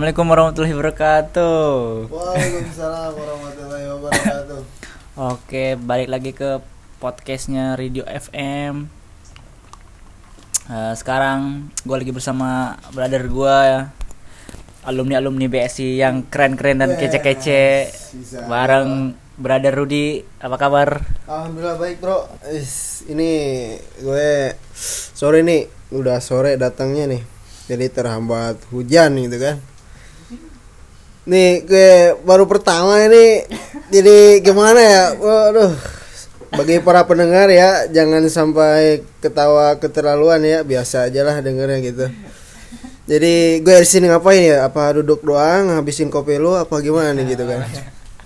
Assalamualaikum warahmatullahi wabarakatuh. Waalaikumsalam warahmatullahi wabarakatuh. Oke, balik lagi ke podcastnya Radio FM. Sekarang gue lagi bersama brother gue ya, alumni BSI yang keren-keren dan kece-kece. Bareng brother Rudi, apa kabar? Alhamdulillah baik bro. Ini gue sore nih, udah sore datangnya nih, jadi terhambat hujan gitu kan. Nih gue baru pertama ini, jadi gimana ya? Waduh, bagi para pendengar ya, jangan sampai ketawa keterlaluan ya, biasa aja lah dengernya gitu. Jadi gue di sini ngapain ya? Apa duduk doang, ngabisin kopi lu, apa gimana nih gitu kan?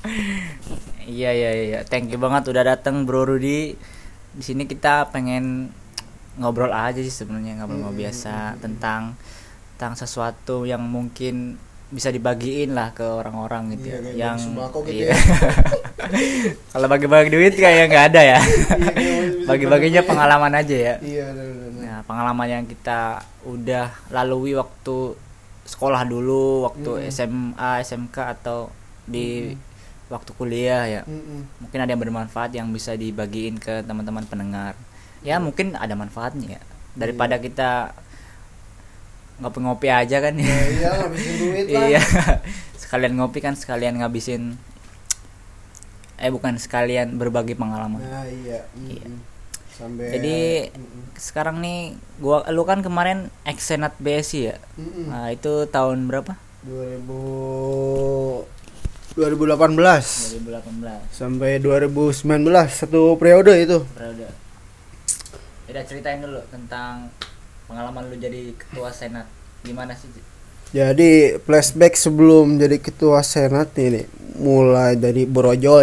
Iya. Thank you banget udah datang Bro Rudi. Di sini kita pengen ngobrol aja sih sebenarnya, ngobrol biasa tentang sesuatu yang mungkin bisa dibagiin lah ke orang-orang gitu. Iya, yang sembako gitu ya. Kalau bagi-bagi duit kayak nggak ada ya. Bagi-baginya pengalaman aja ya. Iya, benar. Nah, pengalaman yang kita udah lalui waktu sekolah dulu, waktu SMA, SMK atau di waktu kuliah ya. Mungkin ada yang bermanfaat yang bisa dibagiin ke teman-teman pendengar. Ya mungkin ada manfaatnya ya. Daripada kita ngopi-ngopi aja kan ya. Iya, ngabisin duit lah. Iya. Sekalian ngopi kan sekalian ngabisin bukan sekalian berbagi pengalaman. Nah, iya. Sampai jadi sekarang nih lu kan kemarin ex-senat BSI ya. Nah, itu tahun berapa? 2018 sampai 2019, satu periode itu. Udah ceritain dulu tentang pengalaman lu jadi ketua senat, gimana sih? Jadi flashback sebelum jadi ketua senat ini, mulai dari borojol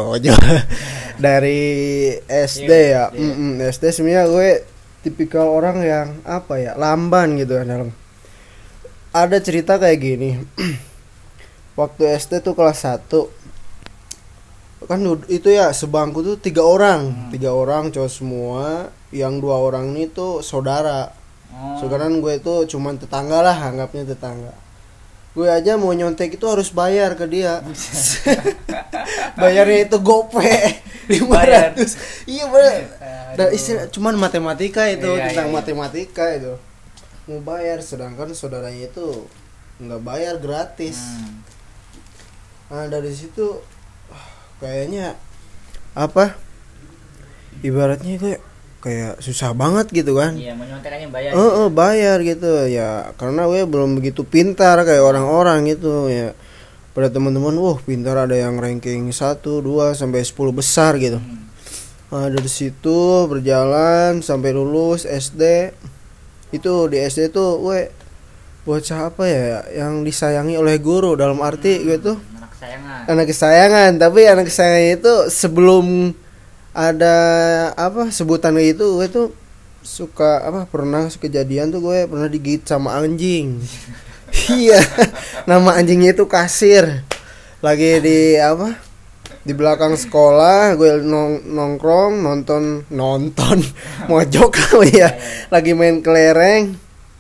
dari SD ya. SD sebenarnya gue tipikal orang yang apa ya, lamban gitu dalam. Ada cerita kayak gini. Waktu SD tuh kelas 1 kan itu ya, sebangku tuh 3 orang cowok semua, yang 2 orang ini tuh saudara. Sekarang gue itu cuman tetangga lah, anggapnya tetangga. Gue aja mau nyontek itu harus bayar ke dia. Bayarnya itu gope 500. Iya bener. Dan istilah cuman matematika itu, tentang matematika itu. Mau bayar, sedangkan saudaranya itu nggak bayar, gratis. Nah dari situ kayaknya apa? Ibaratnya gue kayak susah banget gitu kan. Iya, mau nyontek aja bayar. Bayar gitu ya, karena gue belum begitu pintar kayak orang-orang gitu ya. Pada teman-teman, pintar, ada yang ranking 1, 2 sampai 10 besar gitu. Nah, dari situ berjalan sampai lulus SD. Itu di SD tuh gue bocah apa ya, yang disayangi oleh guru, dalam arti gitu. Anak kesayangan, tapi anak kesayangan itu sebelum ada apa sebutan gitu, gue tuh suka pernah kejadian tuh gue pernah digigit sama anjing. Iya, nama anjingnya itu Kasir. Lagi di belakang sekolah, gue nongkrong nonton mojok ya, lagi main kelereng.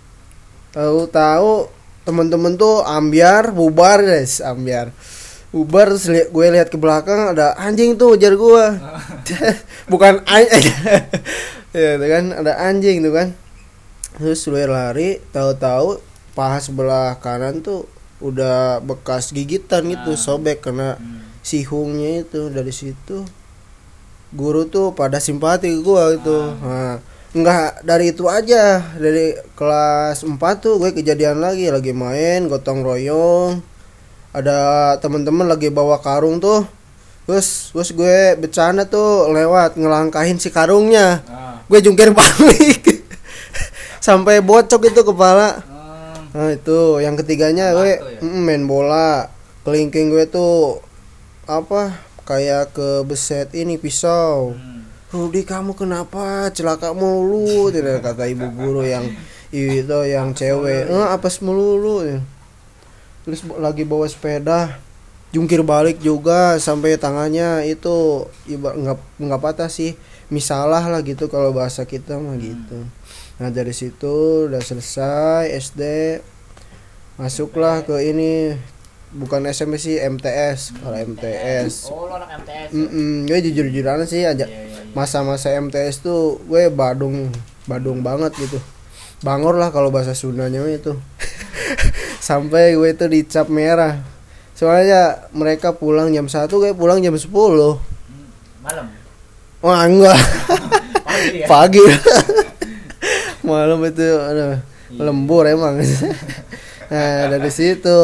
Tahu temen-temen tuh bubar terus gue lihat ke belakang, ada anjing tuh ujar gue. Bukan anjing ya kan, ada anjing tuh kan. Terus gue lari, tahu-tahu paha sebelah kanan tuh udah bekas gigitan gitu, sobek kena sihungnya itu. Dari situ guru tuh pada simpati ke gue gitu. Nah, enggak dari itu aja, dari kelas 4 tuh gue kejadian lagi main gotong royong. Ada teman-teman lagi bawa karung tuh, terus gue bercanda tuh lewat ngelangkahin si karungnya. Gue jungkir balik sampai bocok itu kepala. Nah itu yang ketiganya gue main bola, kelingking gue tuh kayak kebeset ini pisau. Rudi, kamu kenapa celaka melulu? Tidak, kata ibu guru yang itu yang cewek. Apes melulu ya. Terus lagi bawa sepeda, jungkir balik juga sampai tangannya itu nggak patah sih, misalah lah gitu kalau bahasa kita mah gitu. Nah dari situ udah selesai SD. masuklah ke ini, bukan SMP sih, MTS. Kalau MTS. Oh, lo anak MTS. Gue jujur-jujuran sih aja. Masa-masa MTS tuh gue badung banget gitu. Bangor lah kalau bahasa Sundanya itu. Sampai gue itu dicap merah. Soalnya mereka pulang jam 1, gue pulang jam 10. Malam. Wah, enggak. Pagi ya? Pagi. Malam itu aduh, lembur emang. Nah, dari situ.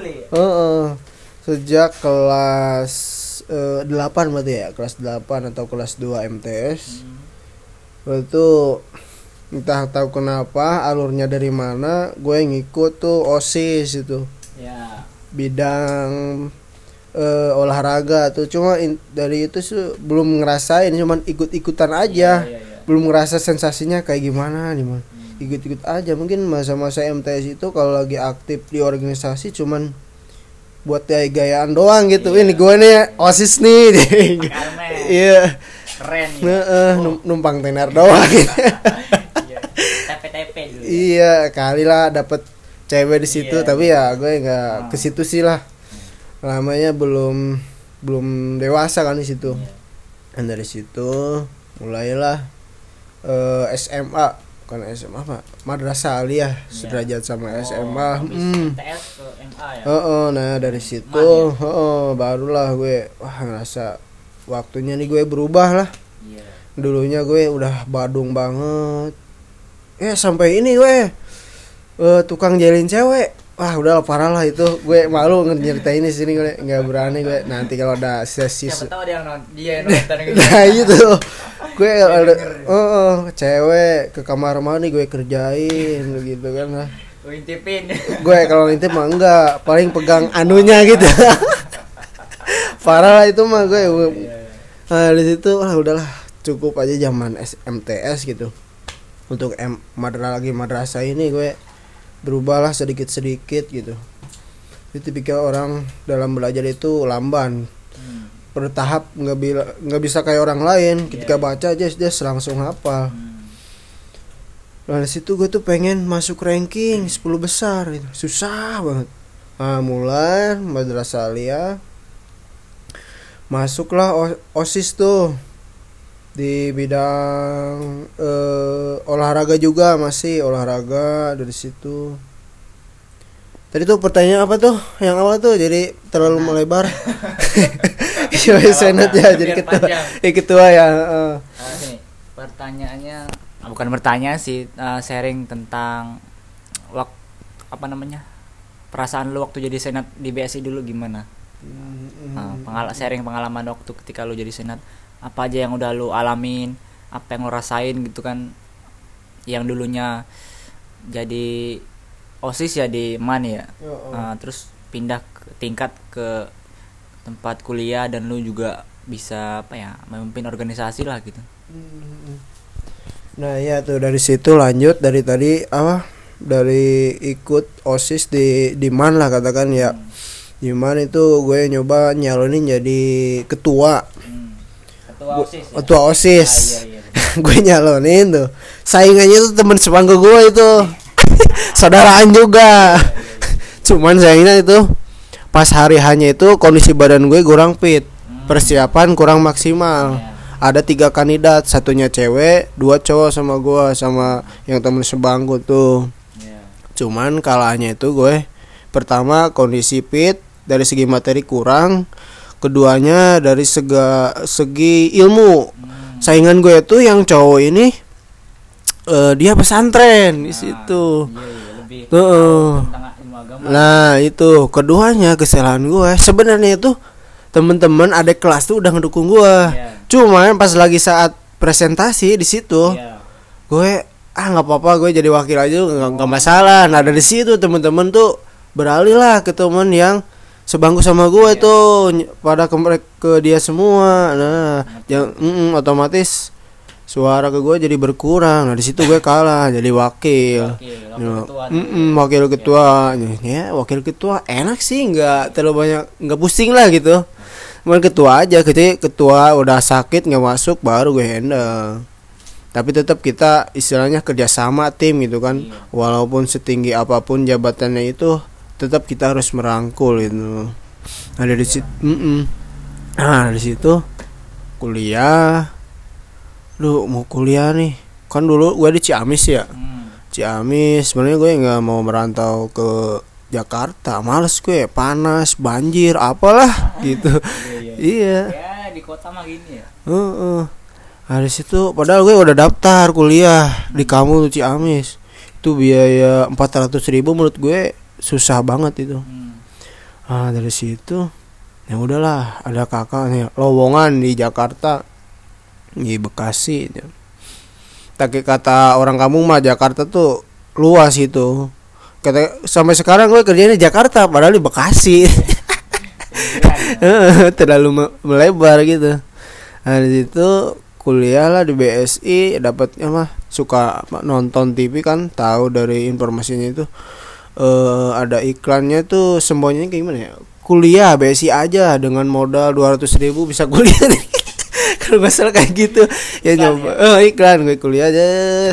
Sejak kelas 8 berarti ya, kelas 8 atau kelas 2 MTS. Itu entah tahu kenapa alurnya dari mana, gue ngikut tuh OSIS itu. Ya. Bidang olahraga tuh, cuma dari itu sih belum ngerasain, cuman ikut-ikutan aja. Belum ngerasa sensasinya kayak gimana. Ikut-ikut aja. Mungkin masa-masa MTS itu kalau lagi aktif di organisasi cuman buat gaya-gayaan doang gitu. Ini gue nih OSIS nih. Iya. Keren ya. Numpang tenar doang. TP dulu. Iya, kali lah dapet cewek di situ, tapi ya gue nggak ke situ sih lah. Lamanya belum dewasa kan di situ. Dan dari situ mulailah SMA, bukan SMA apa? Madrasah Aliyah, sederajat sama SMA. MTS ke MA ya. Nah dari situ, barulah gue ngerasa waktunya nih gue berubah lah. Dulunya gue udah badung banget. Sampai ini gue tukang jalin cewek. Wah, udah parah lah itu. Gue malu nyeritain di sini, gue nggak berani gue. Nanti kalau ada sesi. Siapa tahu dia nonton gitu. Nah, itu. Gue ada cewek ke kamar mandi gue kerjain gitu kan lah. Gue intipin. Gue kalau ngintip mah enggak, paling pegang anunya gitu. Parah lah itu mah gue. Nah, di situ udahlah, cukup aja zaman MTS gitu. Untuk madrasah ini gue berubahlah sedikit-sedikit gitu. Jadi tipikal orang dalam belajar itu lamban, bertahap, nggak bisa kayak orang lain. Ketika baca aja dia langsung hafal. Nah di situ gue tuh pengen masuk ranking 10 besar gitu. Susah banget. Nah mulai Madrasah Aliyah, masuklah OSIS tuh di bidang olahraga juga, masih olahraga dari situ. Tadi tuh pertanyaan apa tuh yang awal tuh, jadi terlalu melebar. Senat ya, jadi ketua ya. Pertanyaannya bukan bertanya sih, sharing tentang perasaan lu waktu jadi senat di BSI dulu gimana? Sharing pengalaman waktu ketika lu jadi senat, apa aja yang udah lu alamin, apa yang lu rasain gitu kan, yang dulunya jadi OSIS ya di MAN ya, terus pindah tingkat ke tempat kuliah dan lu juga bisa memimpin organisasi lah gitu. Nah ya tuh dari situ lanjut dari tadi dari ikut OSIS di MAN lah katakan ya. Di MAN itu gue nyoba nyalonin jadi ketua. Ketua OSIS. Iya. Gue nyalonin tuh. Saingannya tuh teman sebangku gue itu. Saudaraan juga. Cuman sayangnya itu pas hari hanya itu kondisi badan gue kurang fit. Persiapan kurang maksimal. Ada 3 kandidat, satunya cewek, 2 cowok sama gue, sama yang temen sebangku tuh. Cuman kalahnya itu gue pertama kondisi fit, dari segi materi kurang, keduanya dari segi ilmu. Saingan gue tuh yang cowok ini dia pesantren di situ. Nah itu keduanya kesalahan gue. Sebenarnya itu teman-teman adik kelas tuh udah ngedukung gue. Cuman pas lagi saat presentasi di situ, gue nggak apa-apa, gue jadi wakil aja nggak masalah. Nah dari situ teman-teman tuh beralih lah ke teman yang sebangku sama gue tuh, pada ke dia semua. Nah yang otomatis suara ke gue jadi berkurang. Nah di situ gue kalah jadi wakil ketua. Ya wakil ketua enak sih, nggak terlalu banyak, nggak pusing lah gitu. Cuman ketua aja, ketua udah sakit nggak masuk baru gue handle. Tapi tetap kita istilahnya kerjasama tim gitu kan. Walaupun setinggi apapun jabatannya itu, tetap kita harus merangkul itu. Nah dari situ nah dari situ kuliah. Mau kuliah nih, kan dulu gue di Ciamis ya. Ciamis sebenarnya gue nggak mau merantau ke Jakarta, males gue, panas, banjir, apalah gitu. Iya. Ya di kota mah gini ya. Dari situ padahal gue udah daftar kuliah di kamu Ciamis. Itu biaya 400.000 menurut gue susah banget itu. Nah dari situ ya udahlah, ada kakak nih lowongan di Jakarta, di Bekasi. Tapi kata orang kampung mah Jakarta tuh luas itu. Kata sampai sekarang gue kerjanya di Jakarta padahal di Bekasi. Terlalu melebar gitu. Nah di situ kuliah lah di BSI, dapatnya mah suka nonton TV kan, tahu dari informasinya itu ada iklannya tuh sembunyinya kayak gimana ya, kuliah BSI aja dengan modal 200.000 bisa kuliah nih. Kalau nggak salah kayak gitu ya, nyoba iklan gue kuliah aja.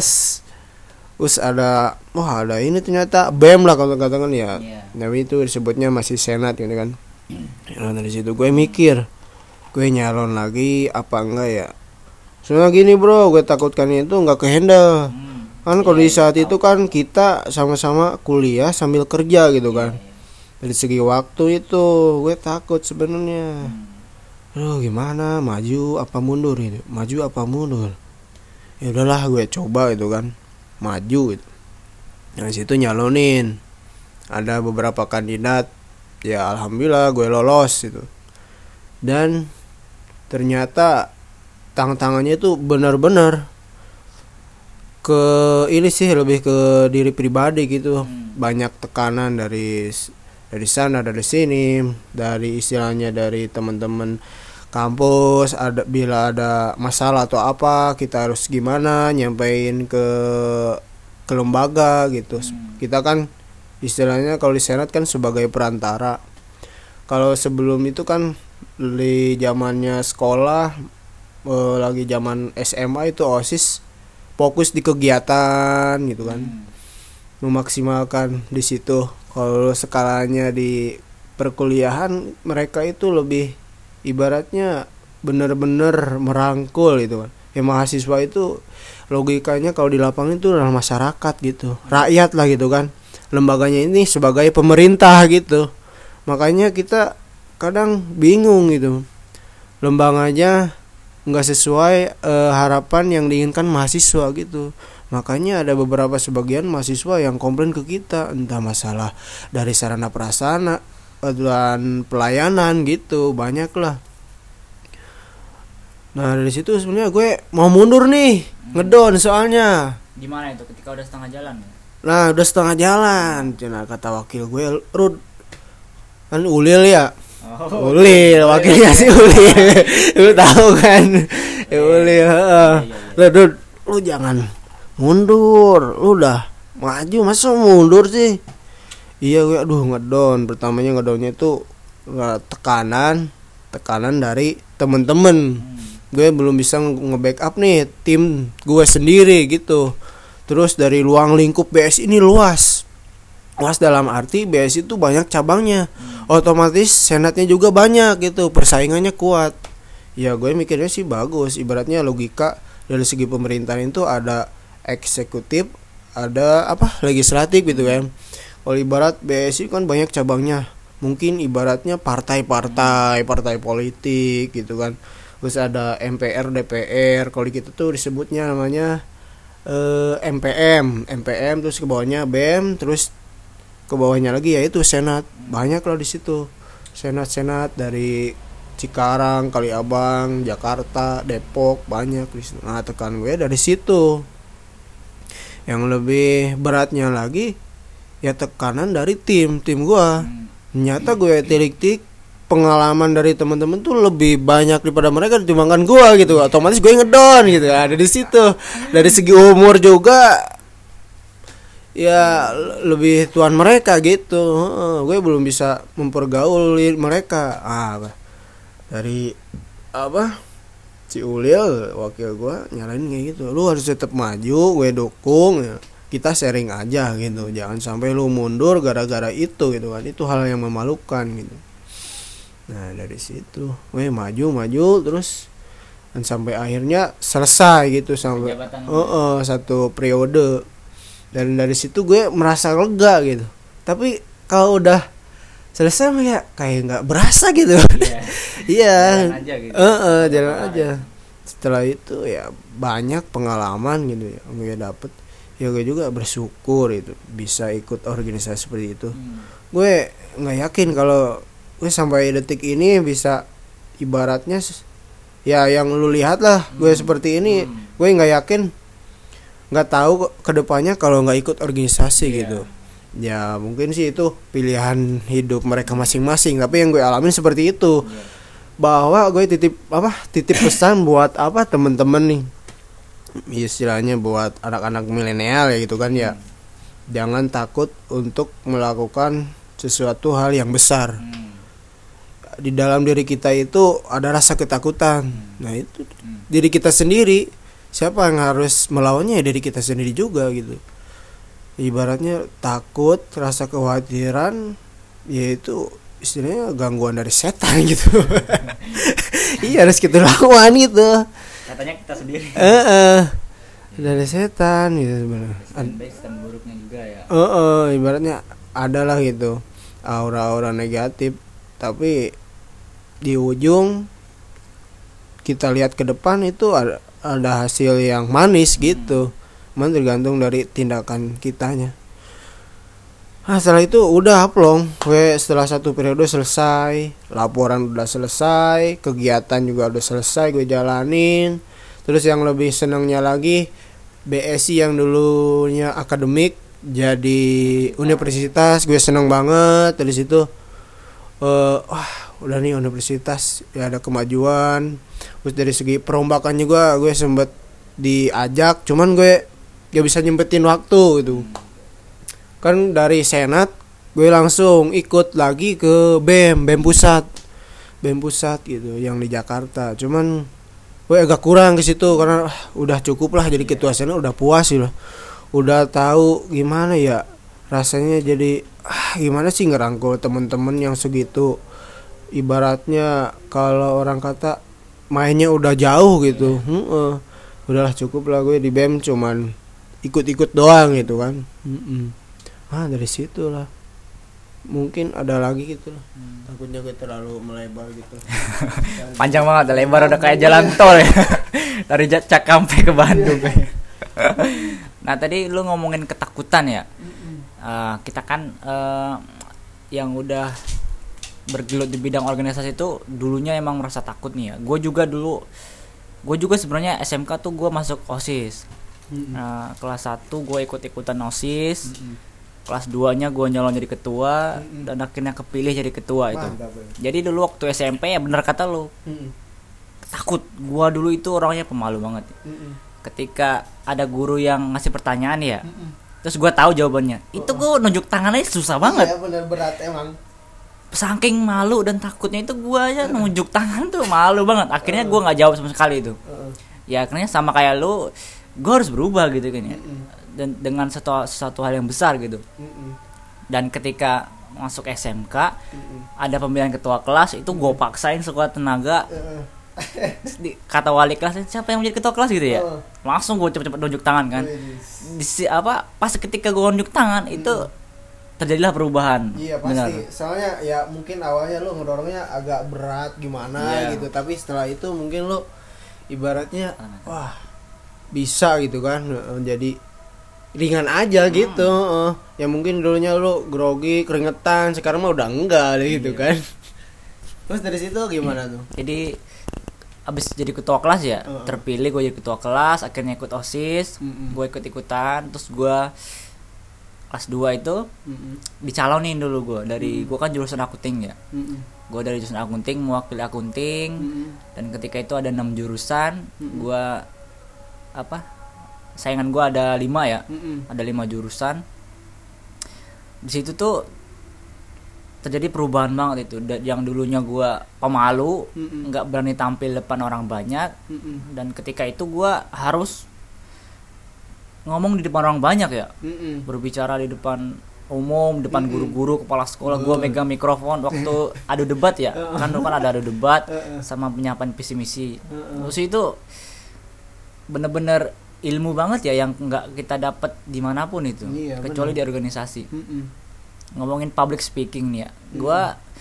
Terus ada ada ini ternyata BEM lah kalau katakan ya. Tapi itu disebutnya masih senat gitu kan. Nah dari situ gue mikir, gue nyalon lagi apa enggak ya. Soalnya gini bro, gue takutkan itu nggak kehandle. Kan kalau di saat itu kan kita sama-sama kuliah sambil kerja gitu kan. Dari segi waktu itu gue takut sebenarnya. Gimana, maju apa mundur gitu, maju apa mundur. Ya udahlah gue coba gitu kan, maju gitu. Nah situ nyalonin, ada beberapa kandidat, ya alhamdulillah gue lolos gitu. Dan ternyata tantangannya itu benar-benar ke ini sih, lebih ke diri pribadi gitu. Banyak tekanan dari sana, dari sini, dari istilahnya dari teman-teman kampus. Ada bila ada masalah atau apa, kita harus gimana nyampein ke lembaga gitu. Kita kan istilahnya kalau di senat kan sebagai perantara. Kalau sebelum itu kan di zamannya sekolah, lagi zaman SMA itu OSIS fokus di kegiatan gitu kan, memaksimalkan di situ. Kalau skalanya di perkuliahan mereka itu lebih ibaratnya benar-benar merangkul gitu kan. Ya mahasiswa itu logikanya kalau di lapangan itu adalah masyarakat gitu, rakyat lah gitu kan. Lembaganya ini sebagai pemerintah gitu. Makanya kita kadang bingung gitu, lembaganya nggak sesuai harapan yang diinginkan mahasiswa gitu. Makanya ada beberapa sebagian mahasiswa yang komplain ke kita, entah masalah dari sarana prasarana dan pelayanan gitu, banyak lah. Nah dari situ sebenarnya gue mau mundur nih, ngedon soalnya. Gimana itu ketika udah setengah jalan ya? Nah udah setengah jalan, cina kata wakil gue, Rud kan Ulil ya. Ulil, wakilnya sih Ulil. Lu tahu kan? Ulil. Rud, lu jangan mundur, lu udah maju masa mundur sih. Iya gue ngedon. Pertamanya ngedonnya itu tekanan dari temen-temen. Gue belum bisa nge-backup nih tim gue sendiri gitu. Terus dari ruang lingkup BS ini luas dalam arti BS itu banyak cabangnya, otomatis senatnya juga banyak gitu, persaingannya kuat. Ya gue mikirnya sih bagus, ibaratnya logika dari segi pemerintahan itu ada eksekutif, ada legislatif gitu kan. Kalau ibarat BSI kan banyak cabangnya, mungkin ibaratnya partai politik gitu kan. Terus ada MPR, DPR, kalau gitu tuh disebutnya namanya MPM, terus ke bawahnya BEM, terus ke bawahnya lagi yaitu senat. Banyak loh di situ senat dari Cikarang, Kaliabang, Jakarta, Depok, banyak di situ. Nah tekan gue dari situ. Yang lebih beratnya lagi ya tekanan dari tim gue. Ternyata gue tilik-tilik pengalaman dari teman-teman tuh lebih banyak daripada mereka ditimbangkan gue gitu. Otomatis gue ngedon gitu. Ada di situ. Dari segi umur juga ya lebih tuan mereka gitu. Gue belum bisa mempergauli mereka. Dari si Ulil wakil gue nyalain kayak gitu, lu harus tetap maju, gue dukung ya. kita sharing aja gitu, jangan sampai lu mundur gara-gara itu gitu kan, itu hal yang memalukan gitu. Nah dari situ maju terus dan sampai akhirnya selesai gitu, sampai satu periode, dan dari situ gue merasa lega gitu. Tapi kalau udah selesai ya kayak nggak berasa gitu. Iya. Jalan aja gitu. Jalan aja. Setelah itu ya banyak pengalaman gitu ya gue dapet. Ya gue juga bersyukur itu bisa ikut organisasi seperti itu. Gue nggak yakin kalau gue sampai detik ini bisa, ibaratnya ya yang lu lihat lah gue seperti ini. Gue nggak yakin, nggak tahu kedepannya kalau nggak ikut organisasi gitu. Ya mungkin sih itu pilihan hidup mereka masing-masing, tapi yang gue alamin seperti itu. Bahwa gue titip pesan buat temen-temen nih, istilahnya buat anak-anak milenial ya gitu kan ya. Jangan takut untuk melakukan sesuatu hal yang besar. Di dalam diri kita itu ada rasa ketakutan. Nah itu diri kita sendiri, siapa yang harus melawannya? Ya diri kita sendiri juga gitu. Ibaratnya takut, rasa kekhawatiran, yaitu istilahnya gangguan dari setan gitu. Iya harus kita lawan gitu. Katanya kita sendiri. Dari setan gitu sebenarnya. Sistem buruknya juga ya. Ibaratnya adalah gitu aura-aura negatif, tapi di ujung kita lihat ke depan itu ada hasil yang manis gitu. Tergantung dari tindakan kitanya. Nah setelah itu udah plong, gue setelah satu periode selesai, laporan udah selesai, kegiatan juga udah selesai gue jalanin. Terus yang lebih senangnya lagi, BSI yang dulunya akademik jadi universitas, gue seneng banget. Dari situ udah nih universitas ya, ada kemajuan. Terus dari segi perombakan juga gue sempet diajak, cuman gue gak bisa nyempetin waktu gitu. Kan dari senat gue langsung ikut lagi ke BEM pusat gitu yang di Jakarta. Cuman gue agak kurang ke situ karena udah cukup lah jadi ketua senat, udah puas sih lah. Udah tahu gimana ya rasanya jadi gimana sih ngerangkul temen-temen yang segitu. Ibaratnya kalau orang kata mainnya udah jauh gitu. Udahlah cukup lah gue di BEM cuman ikut-ikut doang gitu kan. Dari situ lah mungkin ada lagi gitu lah. Takutnya gue terlalu melebar gitu. Panjang banget, lebar udah kayak jalan tol ya. Dari Cakampek ke Bandung. Nah tadi lu ngomongin ketakutan ya. Kita kan yang udah bergelut di bidang organisasi itu dulunya emang merasa takut nih ya. Gue juga sebenarnya SMK tuh gue masuk OSIS. Kelas 1 gue ikut-ikutan OSIS. Kelas 2-nya gue nyalon jadi ketua. Dan akhirnya kepilih jadi ketua. Itu jadi dulu waktu SMP ya bener kata lu, takut. Gue dulu itu orangnya pemalu banget. Ketika ada guru yang ngasih pertanyaan ya, terus gue tahu jawabannya, itu gue nunjuk tangannya susah banget. Iya bener, berat emang. Saking malu dan takutnya itu gue aja nunjuk tangan tuh malu banget. Akhirnya gue nggak jawab sama sekali itu. Ya akhirnya sama kayak lu, gue harus berubah gitu kan ya. Dan dengan sesuatu hal yang besar gitu. Dan ketika masuk SMK, ada pemilihan ketua kelas, itu gue paksain sekuat tenaga. Kata wali kelas, siapa yang menjadi ketua kelas gitu ya, langsung gue cepet-cepet nunjuk tangan kan. Pas ketika gue nunjuk tangan itu terjadilah perubahan. Iya pasti. Benar. Soalnya ya mungkin awalnya lu ngedorongnya agak berat gimana gitu, tapi setelah itu mungkin lu ibaratnya wah bisa gitu kan, jadi ringan aja gitu. Ya mungkin dulunya lu grogi, keringetan, sekarang mah udah enggak gitu kan. Terus dari situ gimana tuh? Jadi abis jadi ketua kelas ya, terpilih gue jadi ketua kelas, akhirnya ikut OSIS, gue ikut-ikutan, terus gue kelas 2 itu dicalonin dulu gue dari gue kan jurusan akunting ya. Gue dari jurusan akunting mewakili akunting, dan ketika itu ada 6 jurusan, gue saingan gue ada 5 ya, ada 5 jurusan. Di situ tuh terjadi perubahan banget itu. Yang dulunya gue pemalu, nggak berani tampil depan orang banyak, dan ketika itu gue harus ngomong di depan orang banyak ya, berbicara di depan umum, depan guru-guru, kepala sekolah. Gue megang mikrofon waktu adu debat ya, kan ada adu debat sama penyampaian visi misi. Terus itu bener-bener ilmu banget ya yang nggak kita dapat dimanapun itu, kecuali di organisasi. Ngomongin public speaking nih ya, gue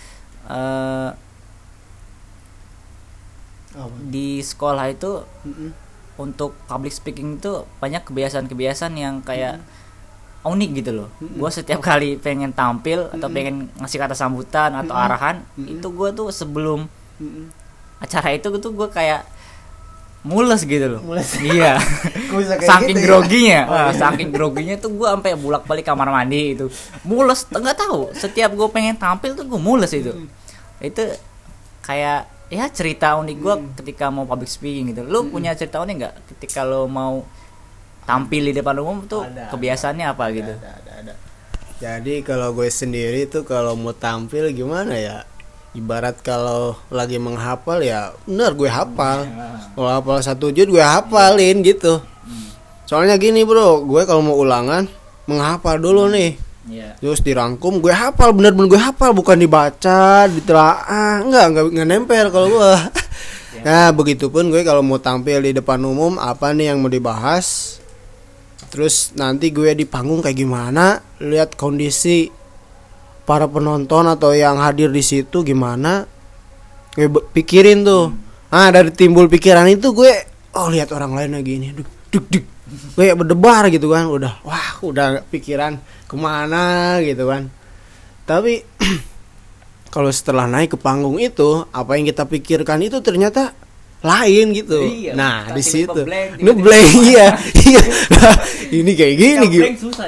di sekolah itu untuk public speaking itu banyak kebiasaan-kebiasaan yang kayak unik gitu loh. Gue setiap kali pengen tampil atau pengen ngasih kata sambutan atau arahan, itu gue tuh sebelum acara itu tuh gue kayak mules gitu loh. Iya. Saking gitu groginya, saking groginya tuh gue sampai bolak-balik kamar mandi itu. Mules, nggak tahu. Setiap gue pengen tampil tuh gue mules itu. Itu kayak ya cerita unik gue ketika mau public speaking gitu. Lu punya cerita unik nggak ketika lo mau tampil di depan umum tuh? Kebiasaannya apa gitu? Ada. Jadi kalau gue sendiri tuh kalau mau tampil gimana ya? Ibarat kalau lagi menghafal ya bener gue hafal. Kalau hafal 1 juz gue hafalin gitu. Soalnya gini bro, gue kalau mau ulangan menghafal dulu nih. Terus dirangkum gue hafal, bener-bener gue hafal, bukan dibaca, ditelaah, enggak nempel kalau gue. Nah begitupun gue kalau mau tampil di depan umum, apa nih yang mau dibahas, terus nanti gue di panggung kayak gimana, lihat kondisi para penonton atau yang hadir di situ gimana, gue pikirin tuh. Dari timbul pikiran itu gue lihat orang lain lagi ini, duk gue berdebar gitu kan, udah pikiran kemana gitu kan. Tapi kalau setelah naik ke panggung itu, apa yang kita pikirkan itu ternyata lain gitu. Nah di situ ngeblank iya. Nah, ini kayak gini gitu.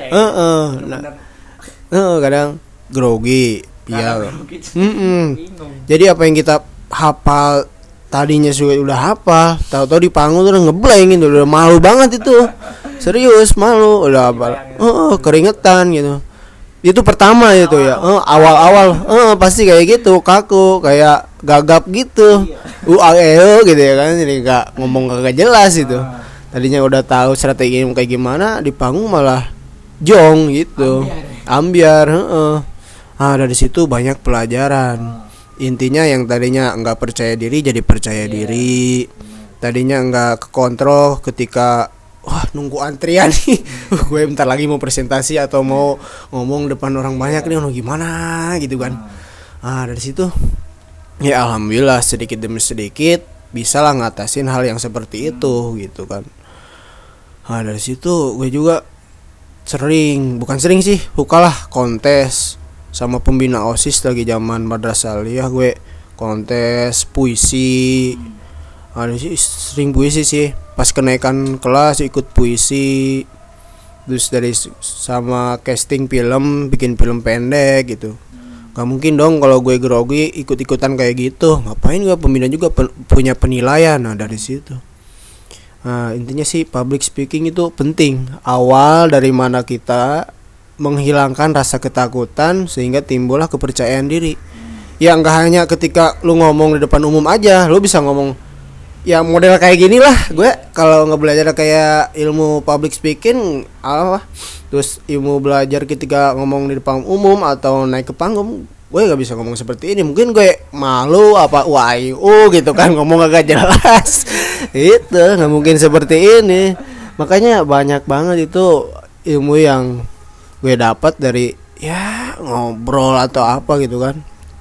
Kadang grogi, ya. Jadi apa yang kita hafal tadinya udah hafal, tahu-tahu di panggung tuh ngeblank gitu, udah malu banget itu. Serius malu, udah hafal. Keringetan gitu. Itu pertama itu ya. Awal-awal pasti kayak gitu, kaku, kayak gagap gitu. Gitu ya kan, jadi enggak ngomong kagak jelas itu. Tadinya udah tahu strategi kayak gimana, di panggung malah jong gitu. Ambiar, dari situ banyak pelajaran. Intinya yang tadinya enggak percaya diri jadi percaya diri. Tadinya enggak kekontrol ketika nunggu antrian nih. Gue bentar lagi mau presentasi atau mau ngomong depan orang banyak nih, gimana gitu kan. Dari situ ya alhamdulillah sedikit demi sedikit bisa lah ngatasin hal yang seperti itu gitu kan. Dari situ gue juga bukan sering sih, bukalah kontes sama pembina OSIS lagi zaman madrasah aliyah, gue kontes puisi. Sering puisi sih, pas kenaikan kelas ikut puisi. Terus dari sama casting film, bikin film pendek gitu. Gak mungkin dong kalau gue grogi ikut-ikutan kayak gitu. Ngapain gue, pembina juga punya penilaian. Dari situ intinya sih public speaking itu penting. Awal dari mana kita menghilangkan rasa ketakutan sehingga timbullah kepercayaan diri. Ya gak hanya ketika lu ngomong di depan umum aja, lu bisa ngomong ya model kayak gini lah. Gue kalau ngebelajar kayak ilmu public speaking terus ilmu belajar ketika ngomong di depan umum atau naik ke panggung, gue gak bisa ngomong seperti ini. Mungkin gue malu gitu kan, ngomong agak jelas. Itu gak mungkin seperti ini. Makanya banyak banget itu ilmu yang gue dapat dari ya ngobrol atau apa gitu kan.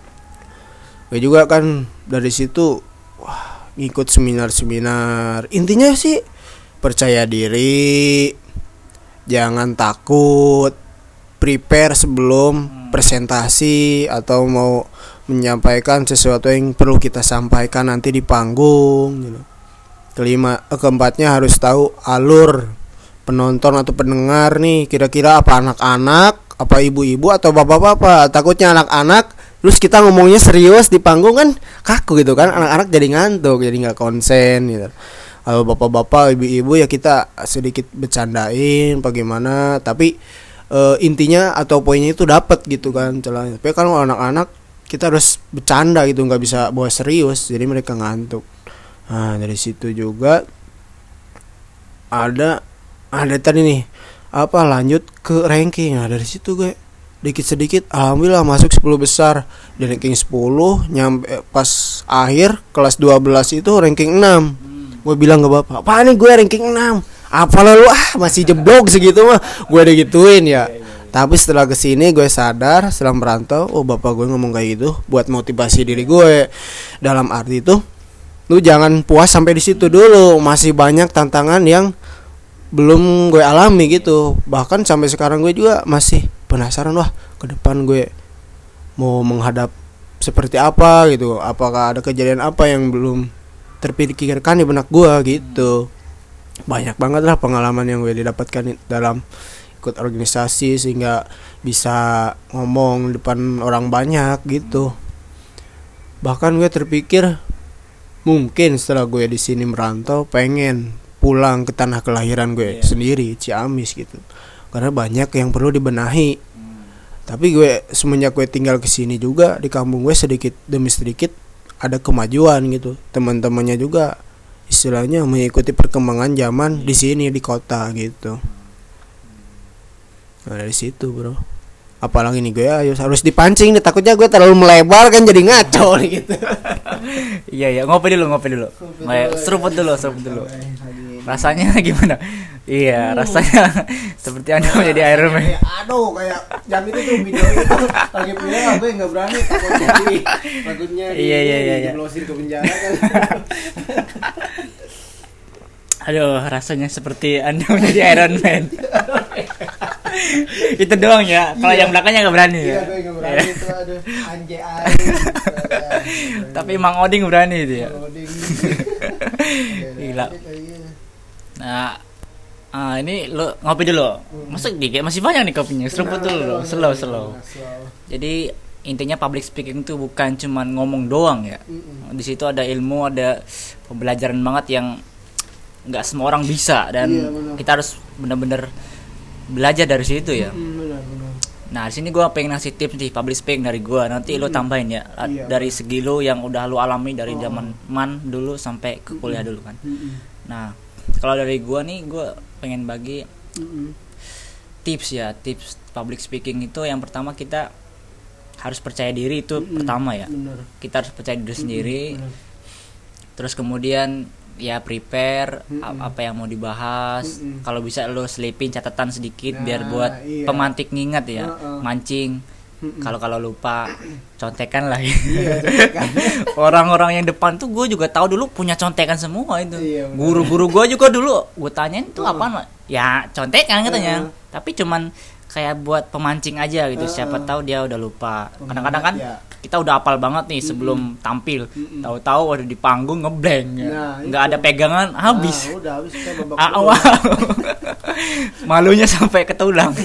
Gue juga kan dari situ ngikut seminar-seminar. Intinya sih percaya diri, jangan takut, prepare sebelum presentasi atau mau menyampaikan sesuatu yang perlu kita sampaikan nanti di panggung gitu. Keempatnya harus tahu alur penonton atau pendengar nih, kira-kira apa anak-anak, apa ibu-ibu atau bapak-bapak. Takutnya anak-anak terus kita ngomongnya serius di panggung kan kaku gitu kan, anak-anak jadi ngantuk, jadi nggak konsen gitu. Kalau bapak-bapak, ibu-ibu ya kita sedikit bercandain bagaimana, tapi intinya atau poinnya itu dapat gitu kan celahnya. Tapi kalau anak-anak kita harus bercanda gitu, nggak bisa bawa serius, jadi mereka ngantuk. Dari situ juga ada dari tadi nih lanjut ke ranking. Nah dari situ gue dikit sedikit alhamdulillah masuk 10 besar. Di ranking 10 nyampe pas akhir kelas 12 itu ranking 6. Gue bilang ke bapak, "Pak, nih gue ranking 6. Apa lu masih jeblok segitu mah." Gue digituin ya. Tapi setelah kesini gue sadar, setelah merantau, bapak gue ngomong kayak gitu buat motivasi diri gue. Dalam arti itu, lu jangan puas sampai di situ dulu, masih banyak tantangan yang belum gue alami gitu. Bahkan sampai sekarang gue juga masih penasaran, wah ke depan gue mau menghadap seperti apa gitu. Apakah ada kejadian apa yang belum terpikirkan di benak gue gitu. Banyak banget lah pengalaman yang gue didapatkan dalam ikut organisasi sehingga bisa ngomong depan orang banyak gitu. Bahkan gue terpikir mungkin setelah gue di sini merantau pengen pulang ke tanah kelahiran gue sendiri, Ciamis gitu. Karena banyak yang perlu dibenahi. Tapi gue semenjak gue tinggal ke sini juga di kampung gue sedikit demi sedikit ada kemajuan gitu. Teman-temannya juga istilahnya mengikuti perkembangan zaman di sini di kota gitu. Nah dari situ bro, apalagi nih gue harus dipancing nih, takutnya gue terlalu melebar kan jadi ngaco nih gitu. Iya ngopi dulu. Seruput dulu. Rasanya gimana? Iya rasanya seperti Anda menjadi Iron Man. Aduh kayak jam itu tuh video itu lagi punya gue nggak berani takutnya dijeblosin ke penjara kan. Aduh rasanya seperti Anda menjadi Iron Man. Itu doang ya. Kalau yang belakangnya nggak berani ya. Iya, gue nggak berani itu, aduh, anjay. Tapi Mang Oding berani itu ya. Gila. Nah, ini lo ngopi dulu. Masih banyak nih kopinya. Seruput dulu, slow. Jadi intinya public speaking itu bukan cuman ngomong doang ya. Di situ ada ilmu, ada pembelajaran banget yang nggak semua orang bisa dan kita harus benar-benar belajar dari situ ya. Nah di sini gue pengen ngasih tips nih public speaking dari gue. Nanti lo tambahin ya dari segi lo yang udah lo alami dari zaman man dulu sampai ke kuliah dulu kan. Nah kalau dari gue nih, gue pengen bagi tips public speaking itu. Yang pertama kita harus percaya diri itu pertama ya. Kita harus percaya diri sendiri. Terus kemudian ya prepare apa yang mau dibahas. Kalau bisa lo selipin catatan sedikit biar buat pemantik ngingat ya, mancing. Kalau lupa contekan lah ya. Orang-orang yang depan tuh gue juga tahu dulu punya contekan semua itu. Guru-guru gue juga dulu gue tanyain tuh apaan? Ya contekan katanya. Tapi cuman kayak buat pemancing aja gitu. Siapa tahu dia udah lupa. Kadang-kadang kan kita udah hafal banget nih sebelum tampil. Tahu-tahu udah di panggung ngeblank ya. Nggak ada pegangan habis. Udah habis kita babak wow. Malunya sampai ke tulang.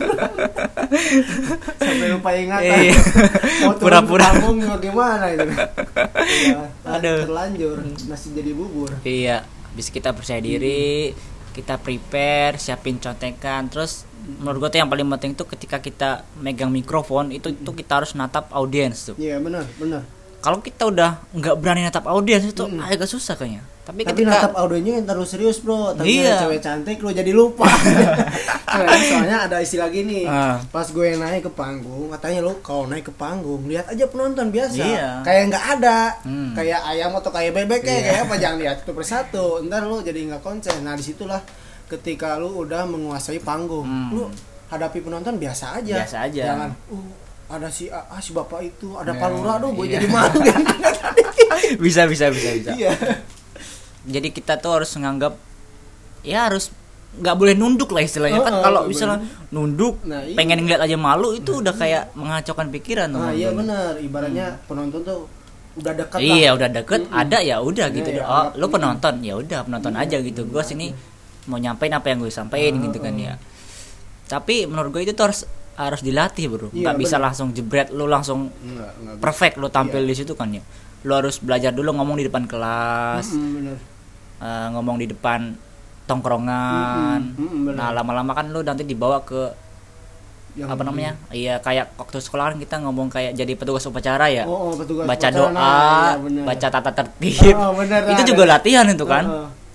Sampai lupa ingatan. Mau pura-pura panggung gimana itu. Aduh. Terlanjur masih jadi bubur. Iya, habis kita percaya diri, kita prepare, siapin contekan. Terus menurut gue tuh yang paling penting tuh ketika kita megang mikrofon itu kita harus natap audiens tuh. Iya benar. Kalau kita udah nggak berani natap audiens itu agak susah kayaknya. Tapi ketika natap audiensnya yang terus serius bro. Tapi ada cewek cantik lo jadi lupa. Soalnya ada istilah gini. Pas gue naik ke panggung, katanya lo kalau naik ke panggung lihat aja penonton biasa. Kayak nggak ada. Kayak ayam atau kayak bebek kayak apa, jangan lihat satu persatu. Ntar lo jadi nggak konsen. Nah disitulah ketika lu udah menguasai panggung, lu hadapi penonton biasa aja. Jangan ada si bapak itu, ada Palura, gue jadi malu kan. Bisa. Iya. Jadi kita tuh harus menganggap ya harus nggak boleh nunduk lah istilahnya. Kan kalau misalnya nunduk pengen ngeliat aja malu itu udah kayak mengacaukan pikiran tuh. Iya benar, ibaratnya penonton tuh udah dekat lah. Iya udah deket, ada ya udah gitu. Lu penonton ya udah penonton aja gitu. Gue sini mau nyampein apa yang gue sampein gitu kan ya. Tapi menurut gue itu tuh harus dilatih bro. Nggak bisa langsung jebret lu langsung perfect lu tampil di situ kan ya. Lu harus belajar dulu ngomong di depan kelas, ngomong di depan tongkrongan. Nah lama-lama kan lu nanti dibawa ke apa namanya? Iya kayak waktu sekolah kan kita ngomong kayak jadi petugas upacara ya. Petugas baca upacara, doa, baca tata tertib. Itu juga latihan itu kan.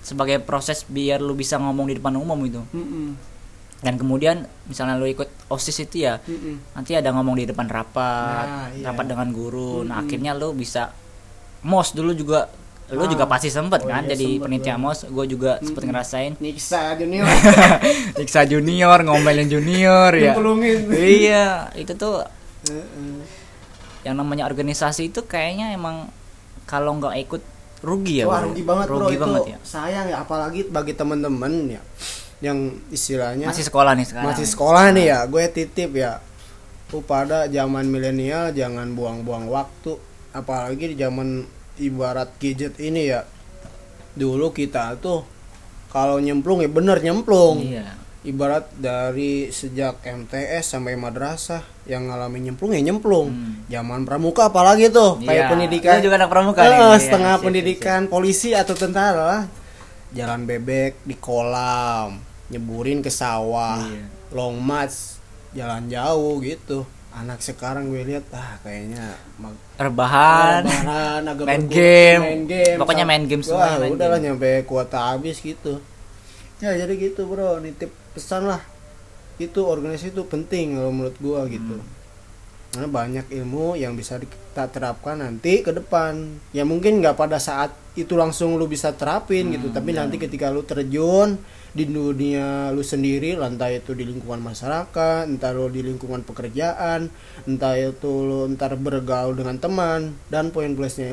sebagai proses biar lu bisa ngomong di depan umum itu. Dan kemudian misalnya lu ikut OSIS itu ya, nanti ada ngomong di depan rapat, rapat dengan guru. Nah akhirnya lu bisa MOS dulu juga. Lu juga pasti sempet kan jadi penitia MOS. Gue juga sempet ngerasain Niksa junior Niksa junior, ngomelin junior ya. Iya, itu tuh yang namanya organisasi itu kayaknya emang kalau nggak ikut rugi ya. Wah, rugi banget bro, rugi banget itu ya. sayang ya, apalagi bagi temen-temen ya yang istilahnya masih sekolah nih sekarang. Masih sekolah nih ya, gue titip ya. Pada zaman milenial jangan buang-buang waktu, apalagi di zaman ibarat gadget ini ya. Dulu kita tuh kalau nyemplung ya bener nyemplung. Iya. Ibarat dari sejak MTS sampai madrasah yang ngalamin nyemplung ya nyemplung. Zaman pramuka apalagi tuh, kayak pendidikan. Lu juga anak pramuka nih. Setengah pendidikan polisi atau tentara lah. Jalan bebek di kolam, nyeburin ke sawah, long march, jalan jauh gitu. Anak sekarang gue lihat kayaknya rebahan agak main game. Pokoknya main game semua. Wah, udahlah nyampe kuota habis gitu. Ya jadi gitu bro, nitip pesan lah. Itu organisasi itu penting kalau menurut gua gitu. Karena banyak ilmu yang bisa kita terapkan nanti ke depan. Ya mungkin nggak pada saat itu langsung lu bisa terapin gitu, tapi nanti ketika lu terjun di dunia lu sendiri, entah itu di lingkungan masyarakat, entah lu di lingkungan pekerjaan, entah itu lu ntar bergaul dengan teman, dan poin plusnya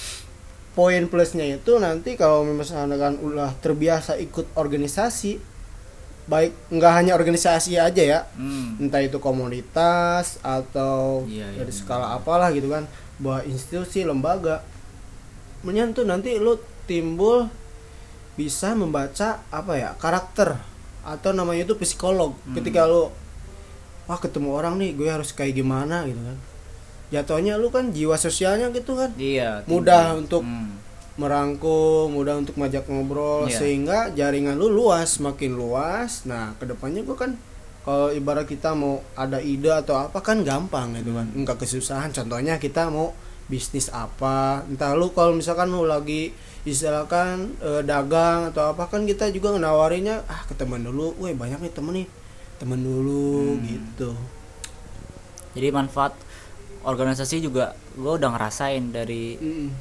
itu nanti kalau misalkan udah terbiasa ikut organisasi, baik nggak hanya organisasi aja ya, entah itu komunitas atau dari skala apalah gitu kan, bahwa institusi lembaga menyentuh nanti lu timbul bisa membaca karakter atau namanya itu psikolog. Ketika lu ketemu orang nih, gue harus kayak gimana gitu kan, jatuhnya lu kan jiwa sosialnya gitu kan, mudah untuk merangkum, mudah untuk ngajak ngobrol, sehingga jaringan lu luas, makin luas. Nah kedepannya gue kan kalau ibarat kita mau ada ide atau apa kan gampang gitu kan, enggak kesusahan. Contohnya kita mau bisnis apa, entah lu kalau misalkan lu lagi istilahkan dagang atau apa, kan kita juga nawarinya ke teman dulu, banyak nih temen dulu gitu. Jadi manfaat organisasi juga gue udah ngerasain dari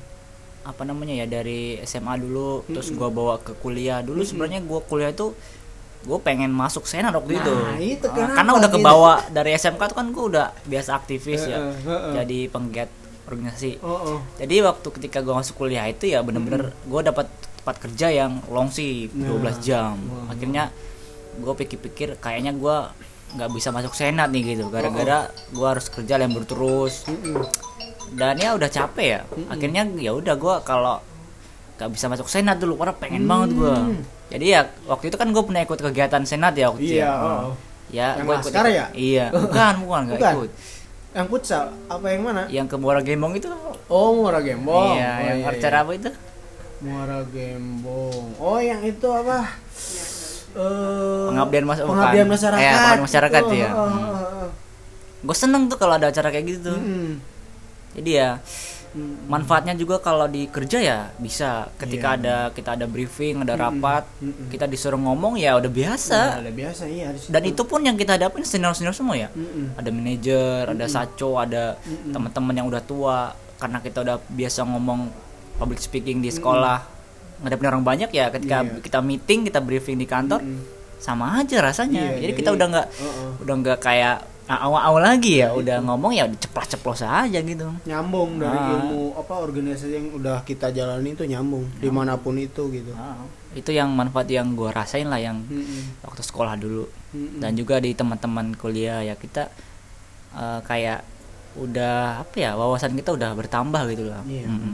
dari SMA dulu, terus gue bawa ke kuliah dulu. Sebenarnya gue kuliah itu gue pengen masuk senat waktu itu karena udah kebawa dari SMK tuh kan gue udah biasa aktivis jadi penggiat organisasi. Jadi waktu ketika gue masuk kuliah itu ya bener-bener gue dapat tempat kerja yang long shift 12 jam. Akhirnya gue pikir-pikir kayaknya gue nggak bisa masuk senat nih gitu, gara-gara gue harus kerja lembur terus. Dan ya udah capek ya. Akhirnya ya udah gue kalau nggak bisa masuk senat dulu karena pengen banget gue. Jadi ya waktu itu kan gue pernah ikut kegiatan senat ya waktu itu. Ya yang gue ikut ya. Iya, bukan nggak ikut. Yang futsal apa yang mana? Yang ke Muara Gembong itu. Oh, Muara Gembong. Iya, yang acara apa itu? Muara Gembong. Oh, yang itu apa? Pengabdian masyarakat. Pengabdian masyarakat ya. Gue seneng tuh kalau ada acara kayak gitu tuh. Jadi ya manfaatnya juga kalau di kerja ya bisa ketika kita ada briefing, ada rapat, kita disuruh ngomong ya udah biasa. Udah biasa Dan itu pun yang kita hadapin senior semua ya. Ada manajer, ada saco, ada teman-teman yang udah tua, karena kita udah biasa ngomong public speaking di sekolah. Ngadepin orang banyak ya, ketika kita meeting, kita briefing di kantor sama aja rasanya. Jadi kita udah nggak kayak awal lagi ya, udah ngomong ya udah ceplos aja gitu. Nyambung dari ilmu organisasi yang udah kita jalani itu nyambung dimanapun itu gitu. Itu yang manfaat yang gue rasain lah yang waktu sekolah dulu. Dan juga di teman-teman kuliah ya kita kayak udah wawasan kita udah bertambah gitu lah.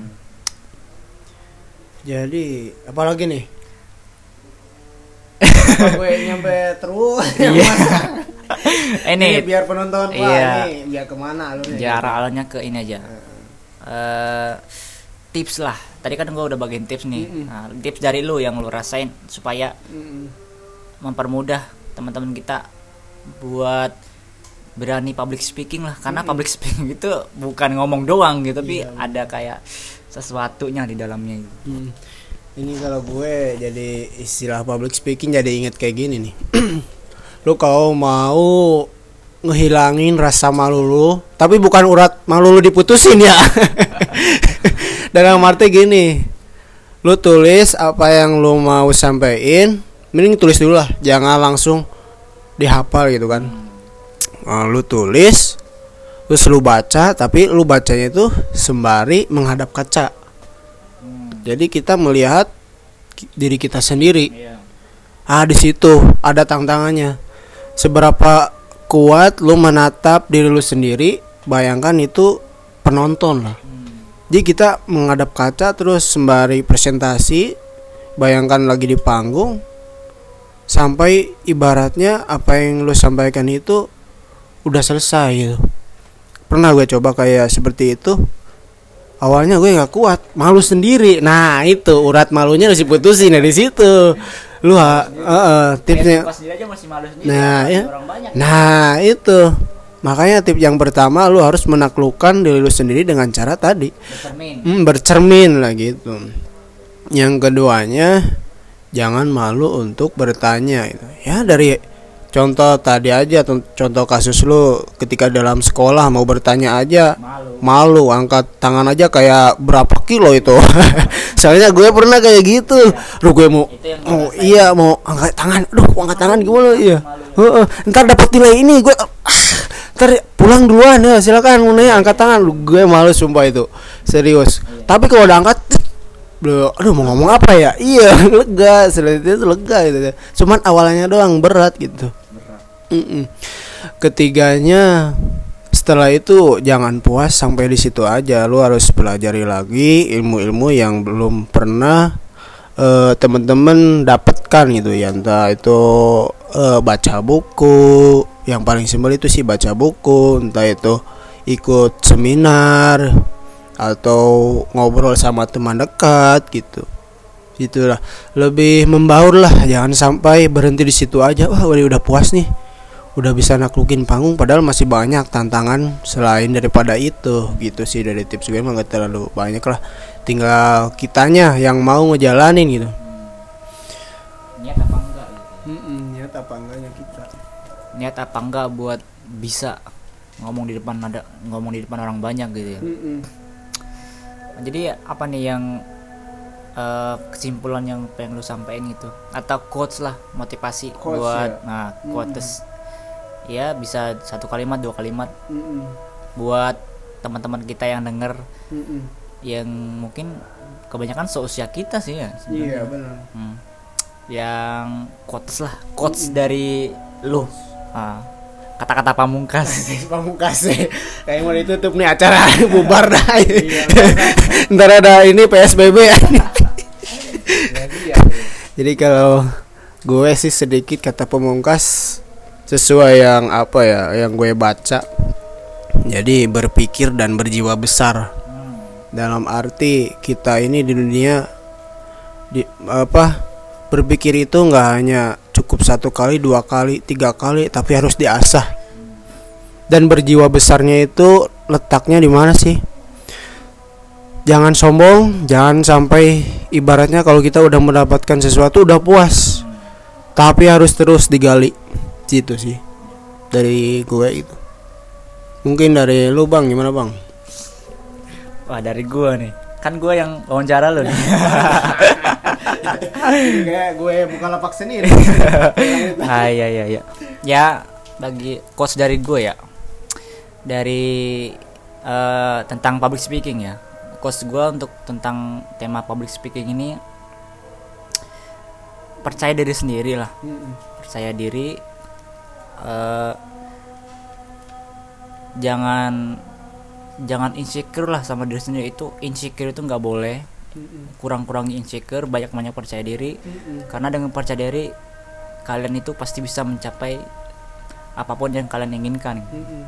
Jadi apalagi nih? Gue nyampe terus. Ini biar penonton ini biar kemana alurnya? Biar alurnya ke ini aja. Tips lah. Tadi kan gue udah bagiin tips nih. Nah, tips dari lu yang lu rasain supaya mempermudah teman-teman kita buat berani public speaking lah. Karena public speaking itu bukan ngomong doang gitu, tapi ada kayak sesuatunya di dalamnya gitu. Ini kalau gue jadi istilah public speaking jadi inget kayak gini nih. Lu kalau mau ngehilangin rasa malu lu, tapi bukan urat malu lu diputusin ya. Dalam arti gini, lu tulis apa yang lu mau sampein, mending tulis dulu lah, jangan langsung dihafal gitu kan. Lu tulis, terus lu baca, tapi lu bacanya itu sembari menghadap kaca. Jadi kita melihat diri kita sendiri. Di situ ada tantangannya. Seberapa kuat lu menatap diri lu sendiri, bayangkan itu penonton lah. Jadi kita menghadap kaca terus sembari presentasi, bayangkan lagi di panggung, sampai ibaratnya apa yang lu sampaikan itu udah selesai gitu. Pernah gue coba kayak seperti itu. Awalnya gue nggak kuat, malu sendiri. Nah itu urat malunya harus diputusin dari situ. Lu tipsnya. Nah itu makanya tip yang pertama lu harus menaklukkan diri lu sendiri dengan cara tadi bercermin lah gitu. Yang keduanya jangan malu untuk bertanya gitu. Ya dari contoh tadi aja, contoh kasus lu ketika dalam sekolah mau bertanya aja malu, angkat tangan aja kayak berapa kilo itu. Soalnya gue pernah kayak gitu. Gue mau mau angkat tangan, angkat tangan gimana ya? Ntar dapat nilai ini gue ntar pulang duluan ya, silakan angkat tangan. Gue malu sumpah itu, serius. Tapi kalau udah angkat, mau ngomong apa ya? Lega, setelah itu lega gitu. Cuman awalnya doang berat gitu. Ketiganya, setelah itu jangan puas sampai di situ aja. Lu harus pelajari lagi ilmu-ilmu yang belum pernah teman-teman dapatkan gitu ya. Entah itu baca buku, yang paling simpel itu sih baca buku. Entah itu ikut seminar atau ngobrol sama teman dekat gitu. Itulah lebih membaur lah, jangan sampai berhenti di situ aja. Wah udah puas nih, udah bisa naklukin panggung, padahal masih banyak tantangan selain daripada itu gitu sih. Dari tips gue mah gak terlalu banyak lah, tinggal kitanya yang mau ngejalanin gitu. Niat apa enggak gitu. Niat apa enggaknya kita. Niat apa enggak buat bisa ngomong di depan orang banyak gitu ya. Jadi apa nih yang kesimpulan yang pengen lu sampein gitu, atau quotes lah, motivasi buat ya. Quotes ya bisa 1 kalimat 2 kalimat buat teman-teman kita yang denger, yang mungkin kebanyakan seusia kita sih ya sebenarnya. Iya benar. Yang quotes dari lu, kata-kata pamungkas. Pamungkas kayak mau ditutup nih acara, bubar dah. Ntar ada ini PSBB. Jadi kalau gue sih sedikit kata pamungkas sesuai yang yang gue baca. Jadi berpikir dan berjiwa besar. Dalam arti kita ini di dunia berpikir itu nggak hanya cukup 1 kali, 2 kali, 3 kali, tapi harus diasah. Dan berjiwa besarnya itu letaknya di mana sih? Jangan sombong, jangan sampai ibaratnya kalau kita udah mendapatkan sesuatu udah puas, tapi harus terus digali. Gitu sih dari gue itu. Mungkin dari lu Bang, gimana Bang? Wah dari gue nih, kan gue yang wawancara lu nih. Kayak gue buka lapak sendiri. Iya. Ya bagi quotes dari gue ya, dari tentang public speaking ya. Quotes gue untuk tentang tema public speaking ini, percaya diri sendiri lah. Percaya diri, jangan insecure lah sama diri sendiri. Itu insecure itu nggak boleh. Kurang-kurangi insecure, banyak percaya diri. Karena dengan percaya diri kalian itu pasti bisa mencapai apapun yang kalian inginkan.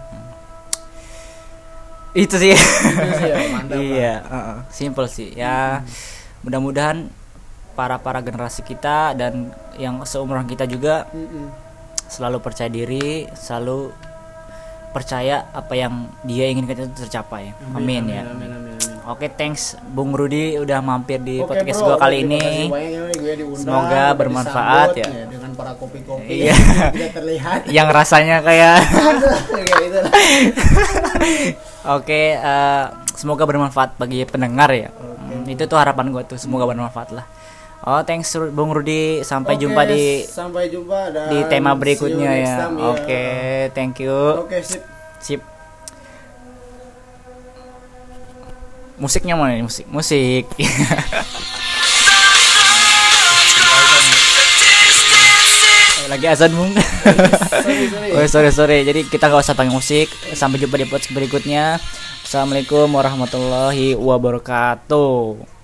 Itu sih. Iya, simple sih ya. Mudah-mudahan para generasi kita dan yang seumuran kita juga selalu percaya diri, selalu percaya apa yang dia inginkan itu tercapai. Amin ya. Oke, thanks Bung Rudi udah mampir di Oke, podcast bro, gue kali terima ini. kasih banyak ini gue diundang, Semoga gue bermanfaat disambut, ya. Dengan para kopi-kopi Iya. yang tidak terlihat. Yang rasanya kayak Kayak gitu lah. Oke, semoga bermanfaat bagi pendengar ya. Oke. Itu tuh harapan gue tuh, semoga bermanfaat lah. Oh, thanks Bung Rudi. Sampai Oke, jumpa sampai jumpa dan di tema see you berikutnya next ya. time, Oke, thank you. Oke, sip. Sip. Musiknya mana nih? Musik. Lagi azan, Bung. Sorry. Jadi kita nggak usah pakai musik. Sampai jumpa di podcast berikutnya. Assalamualaikum warahmatullahi wabarakatuh.